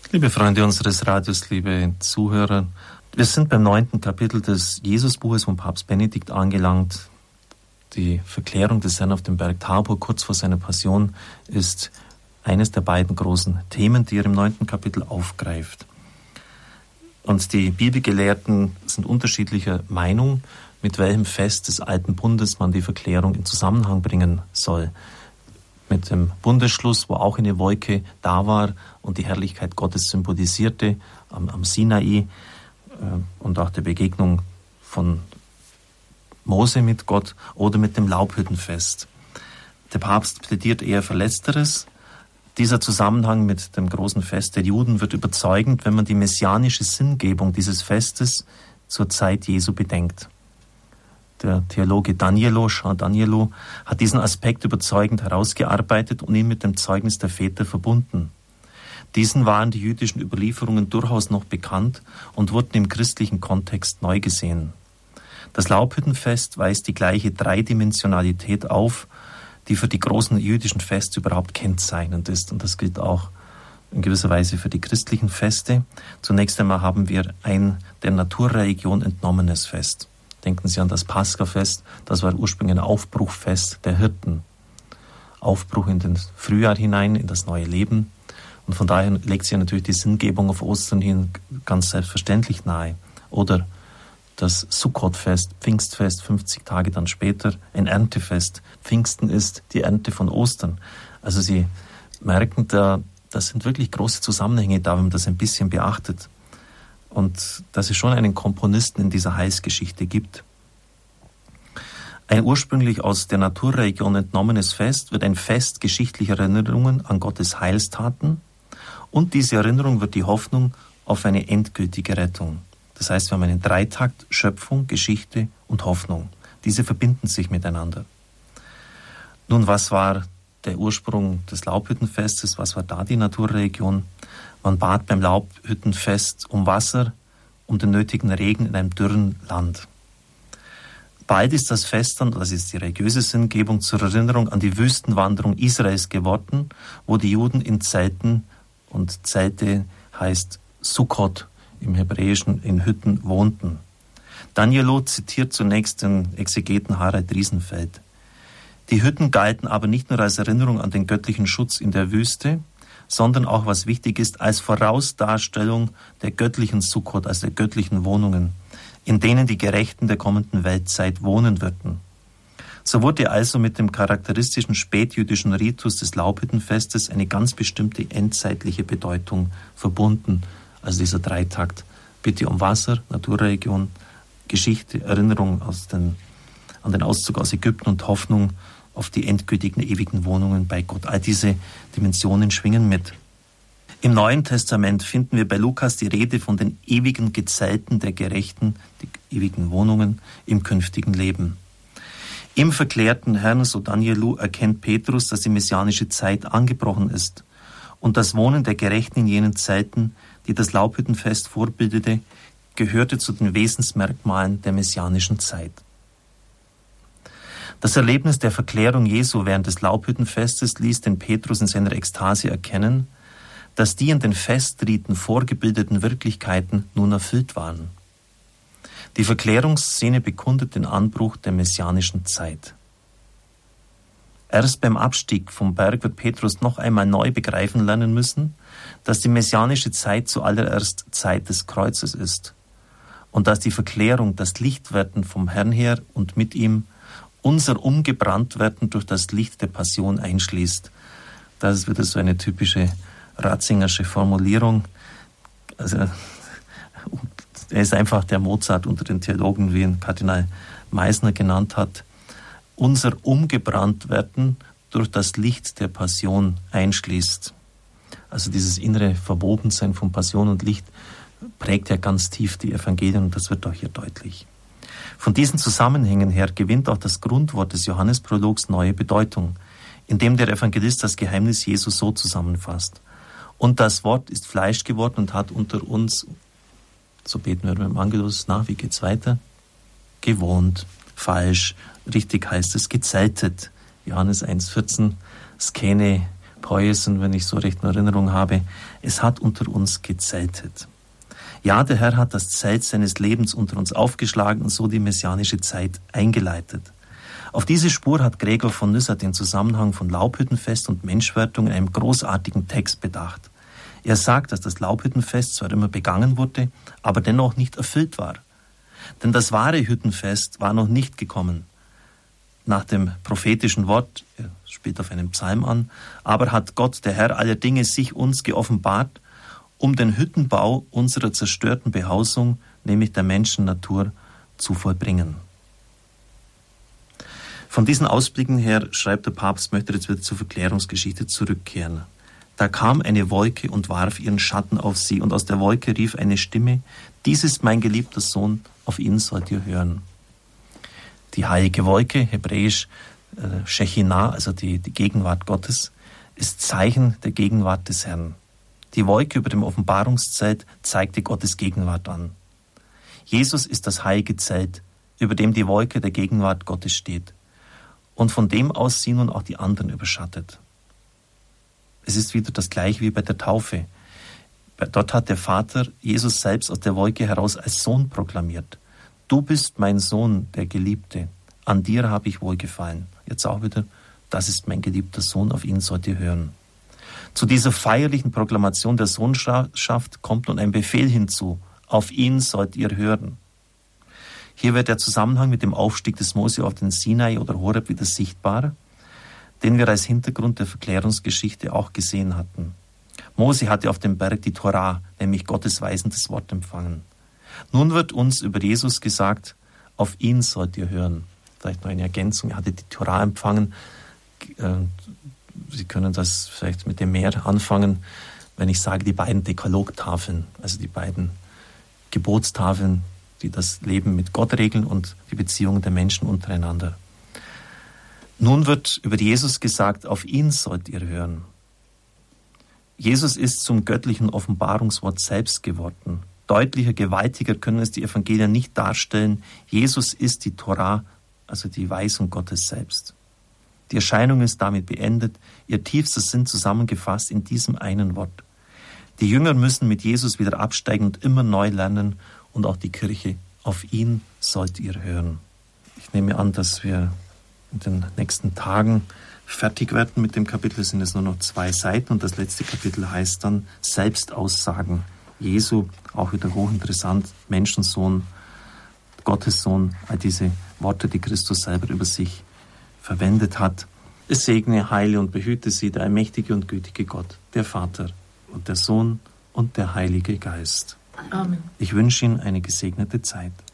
Liebe Freunde unseres Radios, liebe Zuhörer, wir sind beim 9. Kapitel des Jesusbuches von Papst Benedikt angelangt. Die Verklärung des Herrn auf dem Berg Tabor kurz vor seiner Passion ist eines der beiden großen Themen, die er im 9. Kapitel aufgreift. Und die Bibelgelehrten sind unterschiedlicher Meinung, mit welchem Fest des Alten Bundes man die Verklärung in Zusammenhang bringen soll. Mit dem Bundesschluss, wo auch eine Wolke da war und die Herrlichkeit Gottes symbolisierte am Sinai und auch der Begegnung von Mose mit Gott, oder mit dem Laubhüttenfest. Der Papst plädiert eher für Letzteres. Dieser Zusammenhang mit dem großen Fest der Juden wird überzeugend, wenn man die messianische Sinngebung dieses Festes zur Zeit Jesu bedenkt. Der Theologe Jean Danielot hat diesen Aspekt überzeugend herausgearbeitet und ihn mit dem Zeugnis der Väter verbunden. Diesen waren die jüdischen Überlieferungen durchaus noch bekannt und wurden im christlichen Kontext neu gesehen. Das Laubhüttenfest weist die gleiche Dreidimensionalität auf, die für die großen jüdischen Feste überhaupt kennzeichnend ist. Und das gilt auch in gewisser Weise für die christlichen Feste. Zunächst einmal haben wir ein der Naturreligion entnommenes Fest. Denken Sie an das Paschafest, das war ursprünglich ein Aufbruchfest der Hirten. Aufbruch in den Frühjahr hinein, in das neue Leben. Und von daher legt sich natürlich die Sinngebung auf Ostern hin ganz selbstverständlich nahe. Oder das Sukkotfest, Pfingstfest, 50 Tage dann später, ein Erntefest. Pfingsten ist die Ernte von Ostern. Also Sie merken, das sind wirklich große Zusammenhänge da, wenn man das ein bisschen beachtet. Und dass es schon einen Komponisten in dieser Heilsgeschichte gibt. Ein ursprünglich aus der Naturreligion entnommenes Fest wird ein Fest geschichtlicher Erinnerungen an Gottes Heilstaten, und diese Erinnerung wird die Hoffnung auf eine endgültige Rettung. Das heißt, wir haben einen Dreitakt: Schöpfung, Geschichte und Hoffnung. Diese verbinden sich miteinander. Nun, was war der Ursprung des Laubhüttenfestes? Was war da die Naturreligion? Man bat beim Laubhüttenfest um Wasser, um den nötigen Regen in einem dürren Land. Bald ist das Fest dann, das ist die religiöse Sinngebung, zur Erinnerung an die Wüstenwanderung Israels geworden, wo die Juden in Zelten, und Zelte heißt Sukkot im Hebräischen, in Hütten wohnten. Danielot zitiert zunächst den Exegeten Harald Riesenfeld. Die Hütten galten aber nicht nur als Erinnerung an den göttlichen Schutz in der Wüste, sondern auch, was wichtig ist, als Vorausdarstellung der göttlichen Sukkot, also der göttlichen Wohnungen, in denen die Gerechten der kommenden Weltzeit wohnen würden. So wurde also mit dem charakteristischen spätjüdischen Ritus des Laubhüttenfestes eine ganz bestimmte endzeitliche Bedeutung verbunden. Also dieser Dreitakt: Bitte um Wasser, Naturreligion, Geschichte, Erinnerung an den Auszug aus Ägypten und Hoffnung auf die endgültigen ewigen Wohnungen bei Gott. All diese Dimensionen schwingen mit. Im Neuen Testament finden wir bei Lukas die Rede von den ewigen Gezelten der Gerechten, die ewigen Wohnungen im künftigen Leben. Im verklärten Herrn, so Danielou, erkennt Petrus, dass die messianische Zeit angebrochen ist und das Wohnen der Gerechten in jenen Zeiten, die das Laubhüttenfest vorbildete, gehörte zu den Wesensmerkmalen der messianischen Zeit. Das Erlebnis der Verklärung Jesu während des Laubhüttenfestes ließ den Petrus in seiner Ekstase erkennen, dass die in den Festriten vorgebildeten Wirklichkeiten nun erfüllt waren. Die Verklärungsszene bekundet den Anbruch der messianischen Zeit. Erst beim Abstieg vom Berg wird Petrus noch einmal neu begreifen lernen müssen, dass die messianische Zeit zuallererst Zeit des Kreuzes ist und dass die Verklärung, das Lichtwerden vom Herrn her und mit ihm unser Umgebranntwerden durch das Licht der Passion einschließt. Das ist wieder so eine typische Ratzingersche Formulierung. Also, er ist einfach der Mozart unter den Theologen, wie ihn Kardinal Meissner genannt hat. Unser Umgebranntwerden durch das Licht der Passion einschließt. Also dieses innere Verwobensein von Passion und Licht prägt ja ganz tief die Evangelien, und das wird auch hier deutlich. Von diesen Zusammenhängen her gewinnt auch das Grundwort des Johannesprologs neue Bedeutung, indem der Evangelist das Geheimnis Jesu so zusammenfasst: Und das Wort ist Fleisch geworden und hat unter uns, so beten wir beim Angelus, wie geht's weiter? Gewohnt, falsch, richtig heißt es gezeltet. Johannes 1,14, Skene Poiesen, wenn ich so recht in Erinnerung habe. Es hat unter uns gezeltet. Ja, der Herr hat das Zelt seines Lebens unter uns aufgeschlagen und so die messianische Zeit eingeleitet. Auf diese Spur hat Gregor von Nyssa den Zusammenhang von Laubhüttenfest und Menschwerdung in einem großartigen Text bedacht. Er sagt, dass das Laubhüttenfest zwar immer begangen wurde, aber dennoch nicht erfüllt war. Denn das wahre Hüttenfest war noch nicht gekommen. Nach dem prophetischen Wort, er spielt auf einem Psalm an, aber hat Gott, der Herr aller Dinge, sich uns geoffenbart, um den Hüttenbau unserer zerstörten Behausung, nämlich der Menschennatur, zu vollbringen. Von diesen Ausblicken her, schreibt der Papst, möchte er jetzt wieder zur Verklärungsgeschichte zurückkehren. Da kam eine Wolke und warf ihren Schatten auf sie, und aus der Wolke rief eine Stimme: Dies ist mein geliebter Sohn, auf ihn sollt ihr hören. Die heilige Wolke, hebräisch Shechinah, also die Gegenwart Gottes, ist Zeichen der Gegenwart des Herrn. Die Wolke über dem Offenbarungszelt zeigte Gottes Gegenwart an. Jesus ist das heilige Zelt, über dem die Wolke der Gegenwart Gottes steht. Und von dem aus sie nun auch die anderen überschattet. Es ist wieder das Gleiche wie bei der Taufe. Dort hat der Vater Jesus selbst aus der Wolke heraus als Sohn proklamiert. Du bist mein Sohn, der Geliebte. An dir habe ich wohlgefallen. Jetzt auch wieder, das ist mein geliebter Sohn, auf ihn sollt ihr hören. Zu dieser feierlichen Proklamation der Sohnschaft kommt nun ein Befehl hinzu. Auf ihn sollt ihr hören. Hier wird der Zusammenhang mit dem Aufstieg des Mose auf den Sinai oder Horeb wieder sichtbar, den wir als Hintergrund der Verklärungsgeschichte auch gesehen hatten. Mose hatte auf dem Berg die Torah, nämlich Gottes weisendes Wort, empfangen. Nun wird uns über Jesus gesagt, auf ihn sollt ihr hören. Vielleicht noch eine Ergänzung, er hatte die Torah empfangen. Sie können das vielleicht mit dem mehr anfangen, wenn ich sage, die beiden Dekalogtafeln, also die beiden Gebotstafeln, die das Leben mit Gott regeln und die Beziehungen der Menschen untereinander. Nun wird über Jesus gesagt, auf ihn sollt ihr hören. Jesus ist zum göttlichen Offenbarungswort selbst geworden. Deutlicher, gewaltiger können es die Evangelien nicht darstellen. Jesus ist die Torah, also die Weisung Gottes selbst. Die Erscheinung ist damit beendet, ihr tiefster Sinn zusammengefasst in diesem einen Wort. Die Jünger müssen mit Jesus wieder absteigen und immer neu lernen, und auch die Kirche, auf ihn sollt ihr hören. Ich nehme an, dass wir in den nächsten Tagen fertig werden mit dem Kapitel. Es sind jetzt nur noch 2 Seiten und das letzte Kapitel heißt dann Selbstaussagen Jesu, auch wieder hochinteressant, Menschensohn, Gottessohn, all diese Worte, die Christus selber über sich verwendet hat. Es segne, heile und behüte sie der allmächtige und gütige Gott, der Vater und der Sohn und der Heilige Geist. Amen. Ich wünsche Ihnen eine gesegnete Zeit.